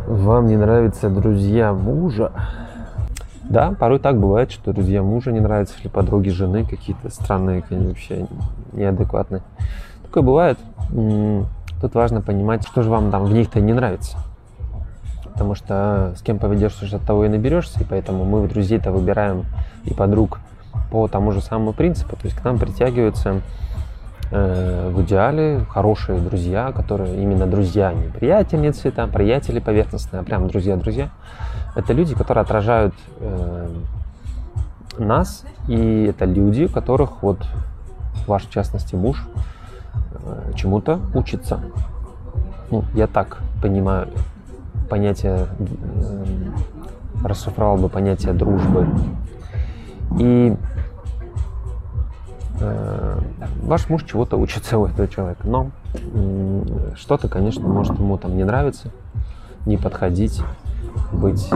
Вам не нравятся друзья мужа? Да, порой так бывает, что друзья мужа не нравятся, или подруги жены какие-то странные, какие-то вообще неадекватные. Такое бывает. Тут важно понимать, что же вам там в них-то не нравится. Потому что с кем поведешься, от того и наберешься, и поэтому мы друзей-то выбираем и подруг по тому же самому принципу. То есть к нам притягиваются в идеале хорошие друзья, которые именно друзья, не приятельницы, там, приятели поверхностные, а прям друзья-друзья. Это люди, которые отражают нас, и это люди, у которых вот ваш, в частности, муж чему-то учится. Ну, я так понимаю понятие, расшифровал бы понятие дружбы. И ваш муж чего-то учится у этого человека, но что-то, конечно, может ему там не нравиться, не подходить, быть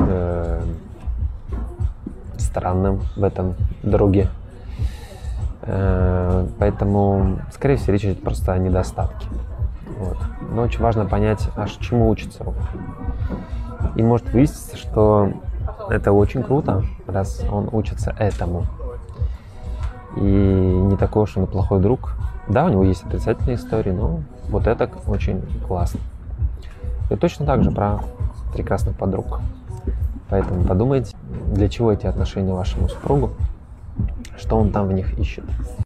странным в этом друге. Поэтому, скорее всего, речь идет просто о недостатке. Вот. Но очень важно понять, аж чему учится он. И может выясниться, что это очень круто, раз он учится этому. И не такой уж он и плохой друг. Да, у него есть отрицательные истории, но вот это очень классно. И точно так же про прекрасных подруг. Поэтому подумайте, для чего эти отношения вашему супругу, что он там в них ищет.